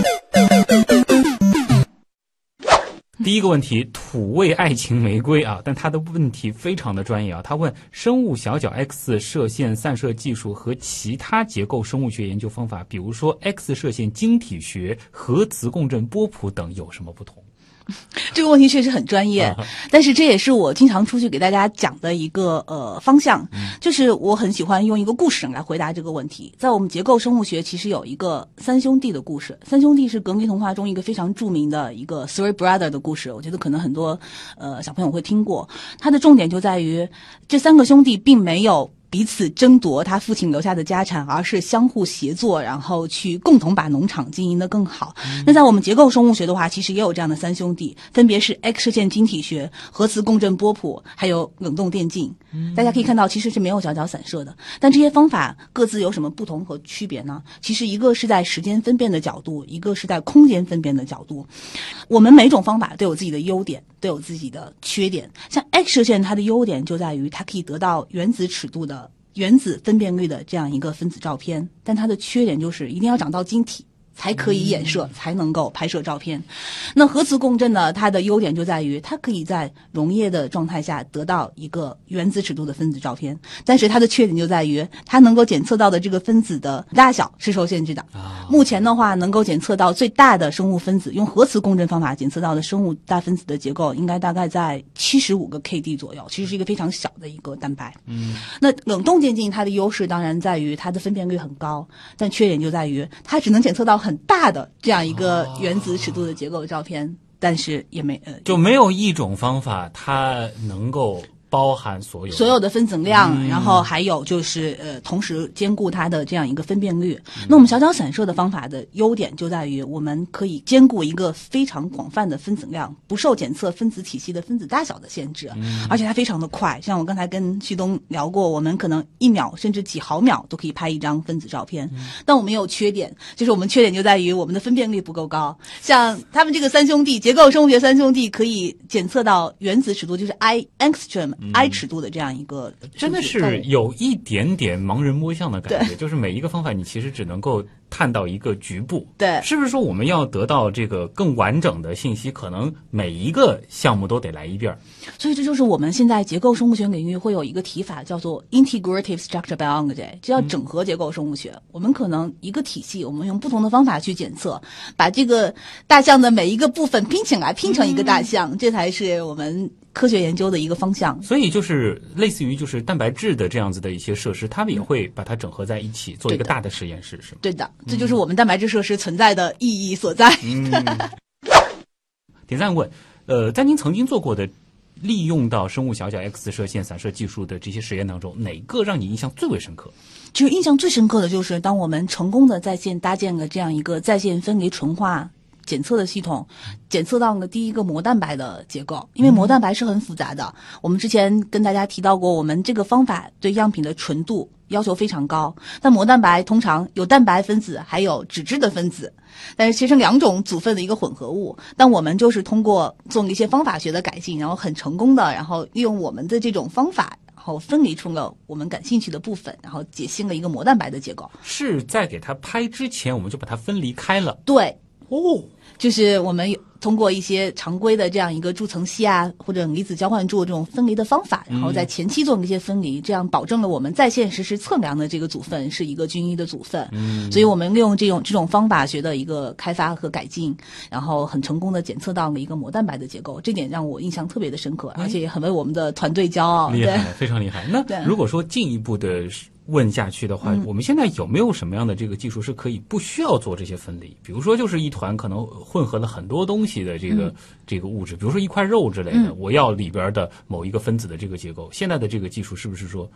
第一个问题，土味爱情玫瑰啊，但他的问题非常的专业啊。他问生物小角 X 射线散射技术和其他结构生物学研究方法，比如说 X 射线晶体学、核磁共振波谱等有什么不同？ 这个问题确实很专业，但是这也是我经常出去给大家讲的一个呃方向，就是我很喜欢用一个故事来回答这个问题。在我们结构生物学其实有一个三兄弟的故事，三兄弟是格林童话中一个非常著名的一个 Three Brother 的故事，我觉得可能很多呃小朋友会听过。它的重点就在于这三个兄弟并没有彼此争夺他父亲留下的家产，而是相互协作，然后去共同把农场经营得更好。嗯、那在我们结构生物学的话，其实也有这样的三兄弟，分别是 X 射线晶体学、核磁共振波谱，还有冷冻电镜。嗯、大家可以看到，其实是没有小角散射的。但这些方法各自有什么不同和区别呢？其实一个是在时间分辨的角度，一个是在空间分辨的角度。我们每种方法都有自己的优点，都有自己的缺点。像 X 射线，它的优点就在于它可以得到原子尺度的原子分辨率的这样一个分子照片，但它的缺点就是一定要长到晶体才可以衍射，才能够拍摄照片。那核磁共振呢，它的优点就在于它可以在溶液的状态下得到一个原子尺度的分子照片，但是它的缺点就在于它能够检测到的这个分子的大小是受限制的。目前的话，能够检测到最大的生物分子，用核磁共振方法检测到的生物大分子的结构，应该大概在七十五个 K D 左右，其实是一个非常小的一个蛋白。嗯，那冷冻电镜它的优势当然在于它的分辨率很高，但缺点就在于它只能检测到很大的这样一个原子尺度的结构照片，哦、但是也没呃就没有一种方法它能够包含所有所有的分子量，嗯、然后还有就是呃，同时兼顾它的这样一个分辨率。嗯、那我们小角散射的方法的优点就在于，我们可以兼顾一个非常广泛的分子量，不受检测分子体系的分子大小的限制，嗯、而且它非常的快。像我刚才跟旭东聊过，我们可能一秒甚至几毫秒都可以拍一张分子照片。嗯、但我们有缺点，就是我们缺点就在于我们的分辨率不够高。像他们这个三兄弟，结构生物学三兄弟可以检测到原子尺度，就是 I angstrom。I 尺度的这样一个， 真的是有一点点盲人摸象的感觉，就是每一个方法你其实只能够探到一个局部。 对， 是不是说我们要得到这个更完整的信息，可能每一个项目都得来一遍？ 所以这就是我们现在结构生物学领域会有一个提法叫做 integrative structure biology， 这叫整合结构生物学。嗯、我们可能一个体系，我们用不同的方法去检测，把这个大象的每一个部分拼起来，拼成一个大象，嗯、这才是我们科学研究的一个方向。 所以就是类似于就是蛋白质的这样子的一些设施，他们也会把它整合在一起，做一个大的实验室，是吗？ 对的，这就是我们蛋白质设施存在的意义所在。 嗯。点赞问，呃，在您曾经做过的利用到生物小角 X 射线散射技术的这些实验当中，哪个让你印象最为深刻？ 其实印象最深刻的就是当我们成功的在线搭建了这样一个在线分离纯化检测的系统，检测到了第一个膜蛋白的结构。因为膜蛋白是很复杂的，嗯、我们之前跟大家提到过，我们这个方法对样品的纯度要求非常高。但膜蛋白通常有蛋白分子，还有脂质的分子，但是切成两种组分的一个混合物。但我们就是通过做了一些方法学的改进，然后很成功的，然后利用我们的这种方法，然后分离出了我们感兴趣的部分，然后解析了一个膜蛋白的结构。 是在给它拍之前，我们就把它分离开了。 对。 哦， 就是我们通过一些常规的这样一个注层析啊，或者离子交换注这种分离的方法，然后在前期做一些分离，嗯、这样保证了我们在线实时测量的这个组分是一个均一的组分。嗯，所以我们利用这种这种方法学的一个开发和改进，然后很成功的检测到了一个膜蛋白的结构，这点让我印象特别的深刻，而且也很为我们的团队骄傲。 厉害，非常厉害。那如果说进一步的问下去的话，嗯、我们现在有没有什么样的这个技术是可以不需要做这些分离？比如说，就是一团可能混合了很多东西的这个、嗯、这个物质，比如说一块肉之类的，嗯、我要里边的某一个分子的这个结构。现在的这个技术是不是说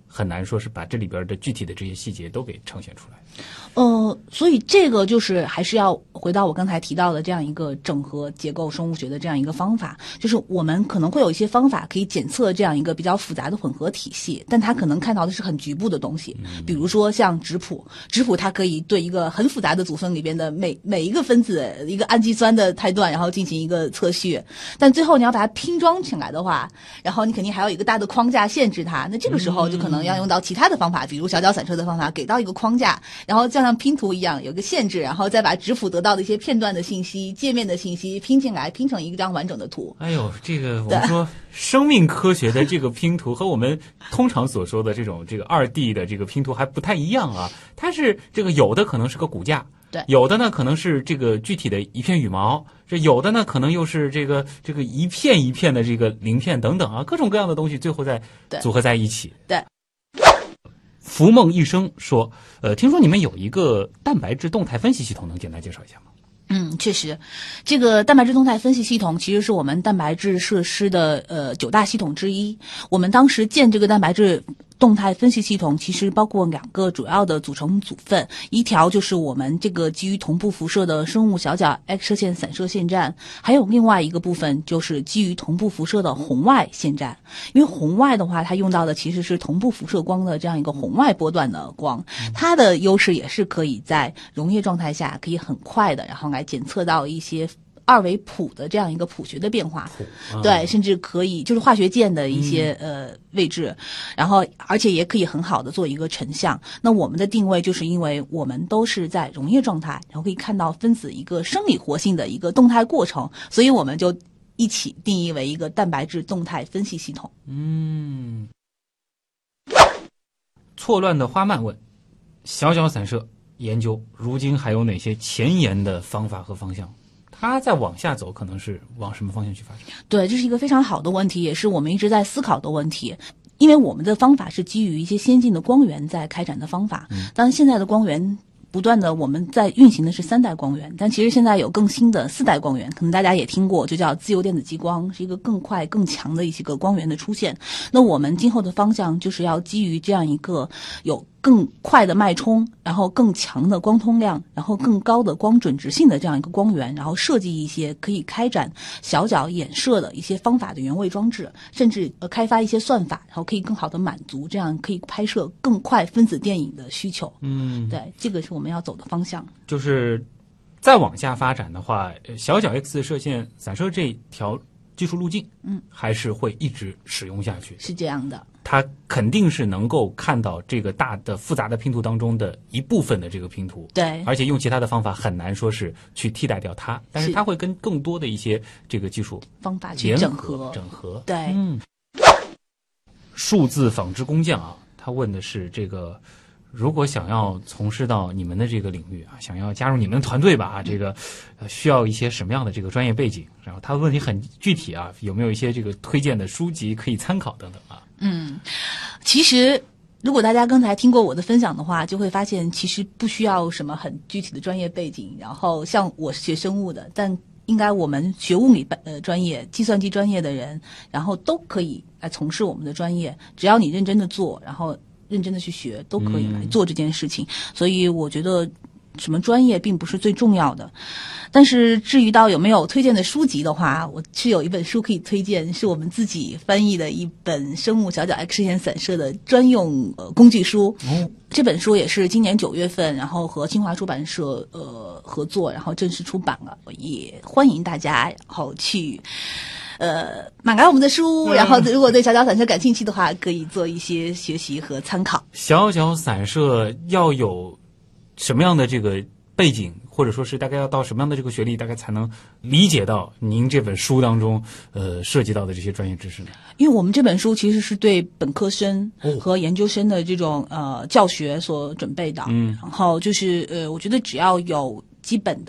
很难说是把这里边的具体的这些细节都给呈现出来。 呃，所以这个就是还是要回到我刚才提到的这样一个整合结构生物学的这样一个方法，就是我们可能会有一些方法可以检测这样一个比较复杂的混合体系，但它可能看到的是很局部的东西，比如说像质谱，质谱它可以对一个很复杂的组分里边的每每一个分子一个氨基酸的态段，然后进行一个测序，但最后你要把它拼装起来的话，然后你肯定还有一个大的框架限制它，那这个时候就可能要用到其他的方法，比如小角散射的方法，给到一个框架，然后就像拼图一样有个限制，然后再把质谱得到的一些片段的信息、界面的信息拼进来，拼成一张完整的图。 哎呦，这个我们说生命科学的这个拼图和我们通常所说的这种这个二 D 的这个拼图还不太一样啊，它是这个有的可能是个骨架， 对， 有的呢可能是这个具体的一片羽毛，这有的呢可能又是这个这个一片一片的这个鳞片等等啊，各种各样的东西最后再组合在一起。 对。 浮梦一生说，呃，听说你们有一个蛋白质动态分析系统，能简单介绍一下吗？ 嗯，确实，这个蛋白质动态分析系统其实是我们蛋白质设施的呃九大系统之一。我们当时建这个蛋白质动态分析系统，其实包括两个主要的组成组分，一条就是我们这个基于同步辐射的生物小角 X 射线散射线站，还有另外一个部分就是基于同步辐射的红外线站。因为红外的话，它用到的其实是同步辐射光的这样一个红外波段的光，它的优势也是可以在溶液状态下可以很快的，然后来检测到一些二维谱的这样一个谱学的变化， 啊、 对，甚至可以就是化学键的一些、嗯、呃位置，然后而且也可以很好的做一个成像。那我们的定位就是因为我们都是在溶液状态，然后可以看到分子一个生理活性的一个动态过程，所以我们就一起定义为一个蛋白质动态分析系统。 嗯，错乱的花蔓问，小角散射研究如今还有哪些前沿的方法和方向？它再往下走，可能是往什么方向去发展？ 对，这是一个非常好的问题，也是我们一直在思考的问题。因为我们的方法是基于一些先进的光源在开展的方法，当然现在的光源不断的我们在运行的是三代光源，但其实现在有更新的四代光源，可能大家也听过，就叫自由电子激光，是一个更快更强的一些个光源的出现。那我们今后的方向就是要基于这样一个有更快的脉冲，然后更强的光通量，然后更高的光准直性的这样一个光源，然后设计一些可以开展小角衍射的一些方法的原位装置，甚至呃开发一些算法，然后可以更好的满足这样可以拍摄更快分子电影的需求。嗯，对，这个是我们要走的方向。 就是再往下发展的话，小角 X 射线散射这条技术路径，嗯，还是会一直使用下去。 是这样的。 它肯定是能够看到这个大的复杂的拼图当中的一部分的这个拼图， 对， 而且用其他的方法很难说是去替代掉它，但是它会跟更多的一些这个技术方法去整合整合。 对， 嗯。数字纺织工匠啊，他问的是这个，如果想要从事到你们的这个领域啊，想要加入你们的团队吧，啊，这个呃需要一些什么样的这个专业背景？然后他问题很具体啊，有没有一些这个推荐的书籍可以参考等等啊？ 嗯，其实如果大家刚才听过我的分享的话，就会发现其实不需要什么很具体的专业背景。然后像我是学生物的，但应该我们学物理呃专业、计算机专业的人，然后都可以来从事我们的专业，只要你认真的做，然后认真的去学，都可以来做这件事情。嗯、所以我觉得什么专业并不是最重要的。但是至于到有没有推荐的书籍的话，我是有一本书可以推荐，是我们自己翻译的一本生物小角 X 射线散射的专用呃工具书。嗯，这本书也是今年九月份，然后和清华出版社呃合作，然后正式出版了，也欢迎大家然后去呃买来我们的书，然后如果对小角散射感兴趣的话，可以做一些学习和参考。 小角散射要有什么样的这个背景，或者说是大概要到什么样的这个学历，大概才能理解到您这本书当中呃涉及到的这些专业知识呢？ 因为我们这本书其实是对本科生和研究生的这种、哦、呃教学所准备的，嗯，然后就是呃我觉得只要有基本的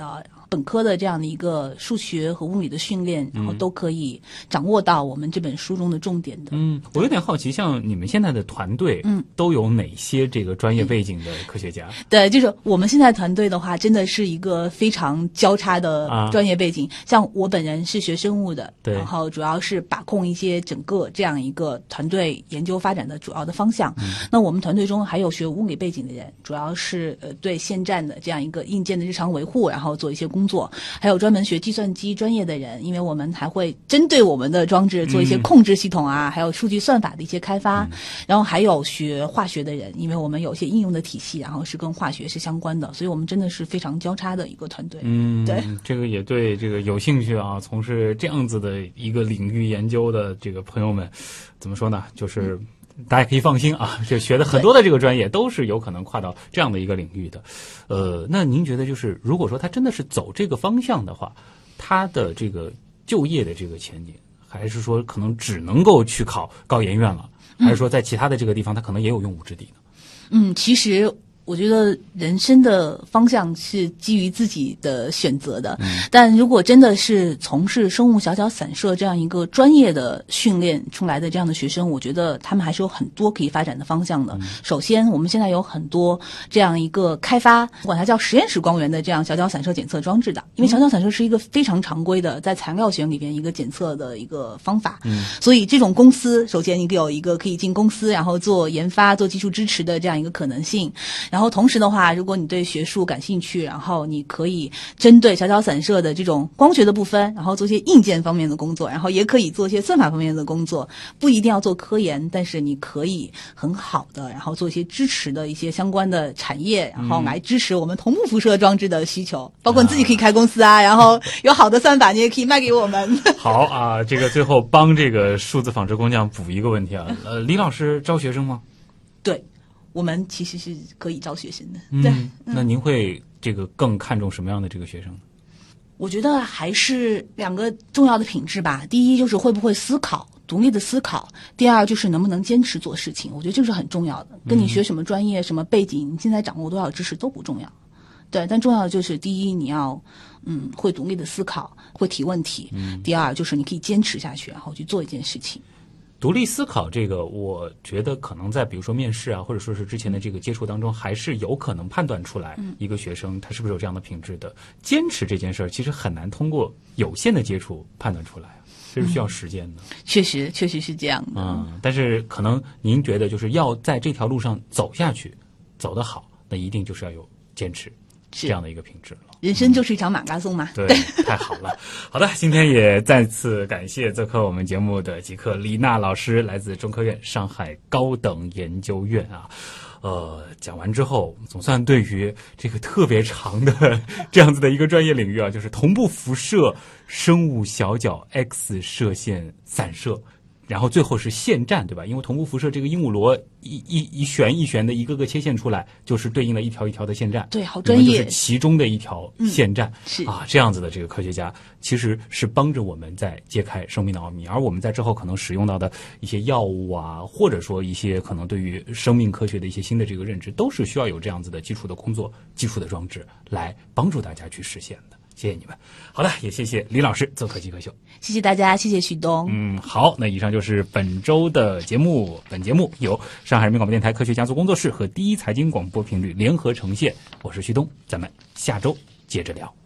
本科的这样的一个数学和物理的训练，然后都可以掌握到我们这本书中的重点的。 嗯，我有点好奇，像你们现在的团队，嗯，都有哪些这个专业背景的科学家？ 对，就是我们现在团队的话，真的是一个非常交叉的专业背景。啊、像我本人是学生物的， 对， 然后主要是把控一些整个这样一个团队研究发展的主要的方向。嗯、那我们团队中还有学物理背景的人，主要是呃对现站的这样一个硬件的日常维护，然后做一些工作，还有专门学计算机专业的人，因为我们还会针对我们的装置做一些控制系统啊，嗯、还有数据算法的一些开发，嗯、然后还有学化学的人，因为我们有一些应用的体系，然后是跟化学是相关的，所以我们真的是非常交叉的一个团队。 嗯， 对， 这个也对这个有兴趣啊，从事这样子的一个领域研究的这个朋友们，怎么说呢？就是。嗯大家可以放心啊，这学的很多的这个专业都是有可能跨到这样的一个领域的。呃，那您觉得就是如果说他真的是走这个方向的话，他的这个就业的这个前景，还是说可能只能够去考高研院了，还是说在其他的这个地方他可能也有用武之地呢？ 嗯，其实我觉得人生的方向是基于自己的选择的，嗯、但如果真的是从事生物小角散射这样一个专业的训练出来的这样的学生，我觉得他们还是有很多可以发展的方向的。嗯、首先，我们现在有很多这样一个开发，管它叫实验室光源的这样小角散射检测装置的，因为小角散射是一个非常常规的在材料学里边一个检测的一个方法，嗯、所以这种公司，首先你有一个可以进公司，然后做研发、做技术支持的这样一个可能性。然后同时的话，如果你对学术感兴趣，然后你可以针对小角散射的这种光学的部分，然后做一些硬件方面的工作，然后也可以做一些算法方面的工作，不一定要做科研，但是你可以很好的然后做一些支持的一些相关的产业，然后来支持我们同步辐射装置的需求，包括你自己可以开公司啊，然后有好的算法你也可以卖给我们。 好啊，这个最后帮这个数字纺织工匠补一个问题啊，呃，李老师招学生吗？ 对。我们其实是可以招学生的， 嗯、 对。 那您会这个更看重什么样的这个学生呢？ 我觉得还是两个重要的品质吧。第一就是会不会思考，独立的思考；第二就是能不能坚持做事情。我觉得这是很重要的。跟你学什么专业、什么背景，你现在掌握多少知识都不重要。对，但重要的就是第一，你要嗯会独立的思考，会提问题；嗯、第二就是你可以坚持下去，然后去做一件事情。 独立思考这个，我觉得可能在比如说面试啊，或者说是之前的这个接触当中，还是有可能判断出来一个学生他是不是有这样的品质的。坚持这件事儿，其实很难通过有限的接触判断出来，这是需要时间的。 嗯、确实，确实是这样的。 嗯，但是可能您觉得就是要在这条路上走下去，走得好，那一定就是要有坚持这样的一个品质了。 人生就是一场马拉松嘛。 对，太好了。好的，今天也再次感谢做客我们节目的极客李娜老师，来自中科院上海高等研究院啊。呃，讲完之后，总算对于这个特别长的这样子的一个专业领域啊，就是同步辐射生物小角 X 射线散射。然后最后是线站，对吧？因为同步辐射这个鹦鹉螺一一一旋一旋的一个个切线出来，就是对应了一条一条的线站。 对，好专业。 就是其中的一条线站、 嗯、是啊，这样子的这个科学家其实是帮着我们在揭开生命的奥秘，而我们在之后可能使用到的一些药物啊，或者说一些可能对于生命科学的一些新的这个认知，都是需要有这样子的基础的工作、基础的装置来帮助大家去实现的。谢谢你们。好的，也谢谢李老师做客极客秀。 谢谢大家，谢谢徐东。 嗯，好，那以上就是本周的节目。本节目由上海人民广播电台科学家族工作室和第一财经广播频率联合呈现。我是徐东，咱们下周接着聊。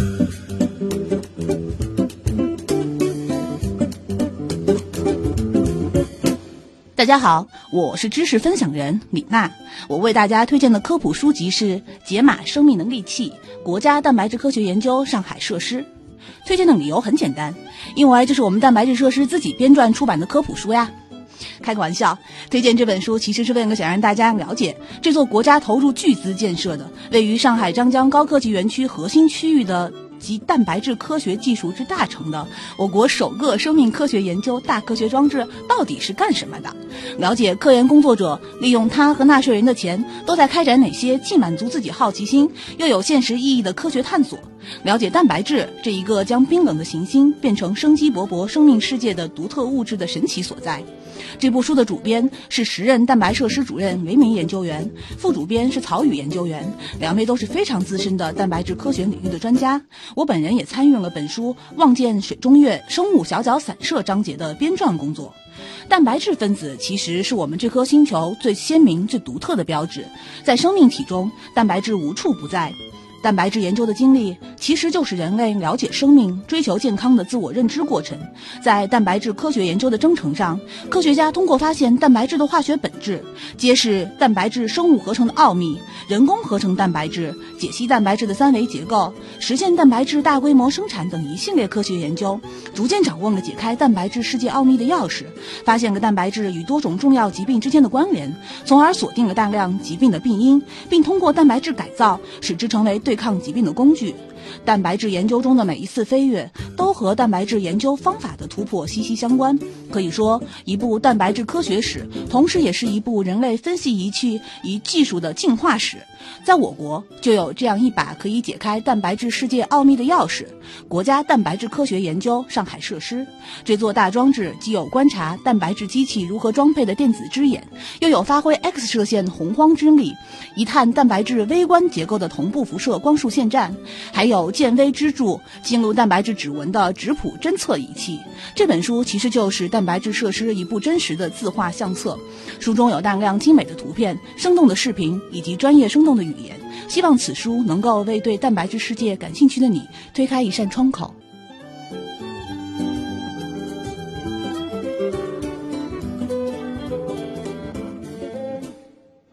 大家好，我是知识分享人李娜。我为大家推荐的科普书籍是《解码生命能力器：国家蛋白质科学研究上海设施》。推荐的理由很简单，因为这是我们蛋白质设施自己编撰出版的科普书呀。开个玩笑，推荐这本书其实是为了想让大家了解这座国家投入巨资建设的位于上海张江高科技园区核心区域的集蛋白质科学技术之大成的我国首个生命科学研究大科学装置到底是干什么的，了解科研工作者利用它和纳税人的钱都在开展哪些既满足自己好奇心又有现实意义的科学探索， 了解蛋白质这一个将冰冷的行星变成生机勃勃生命世界的独特物质的神奇所在。这部书的主编是时任蛋白设施主任韦明研究员，副主编是曹宇研究员，两位都是非常资深的蛋白质科学领域的专家。我本人也参与了本书《望见水中月生物小角散射》章节的编撰工作。蛋白质分子其实是我们这颗星球最鲜明、最独特的标志，在生命体中，蛋白质无处不在。蛋白质研究的经历其实就是人类了解生命、追求健康的自我认知过程。在蛋白质科学研究的征程上，科学家通过发现蛋白质的化学本质，揭示蛋白质生物合成的奥秘，人工合成蛋白质，解析蛋白质的三维结构，实现蛋白质大规模生产等一系列科学研究，逐渐掌握了解开蛋白质世界奥秘的钥匙，发现了蛋白质与多种重要疾病之间的关联，从而锁定了大量疾病的病因，并通过蛋白质改造使之成为对抗疾病的工具。蛋白质研究中的每一次飞跃都和蛋白质研究方法的突破息息相关。可以说，一部蛋白质科学史同时也是一部人类分析仪器与技术的进化史。在我国就有这样一把可以解开蛋白质世界奥秘的钥匙——国家蛋白质科学研究上海设施。这座大装置既有观察蛋白质机器如何装配的电子之眼，又有发挥 X 射线洪荒之力，一探蛋白质微观结构的同步辐射光束线站，还有见微知著、记录蛋白质指纹的质谱侦测仪器。这本书其实就是蛋白质设施一部真实的自画相册，书中有大量精美的图片、生动的视频以及专业生动的语言，希望此书能够为对蛋白质世界感兴趣的你推开一扇窗口。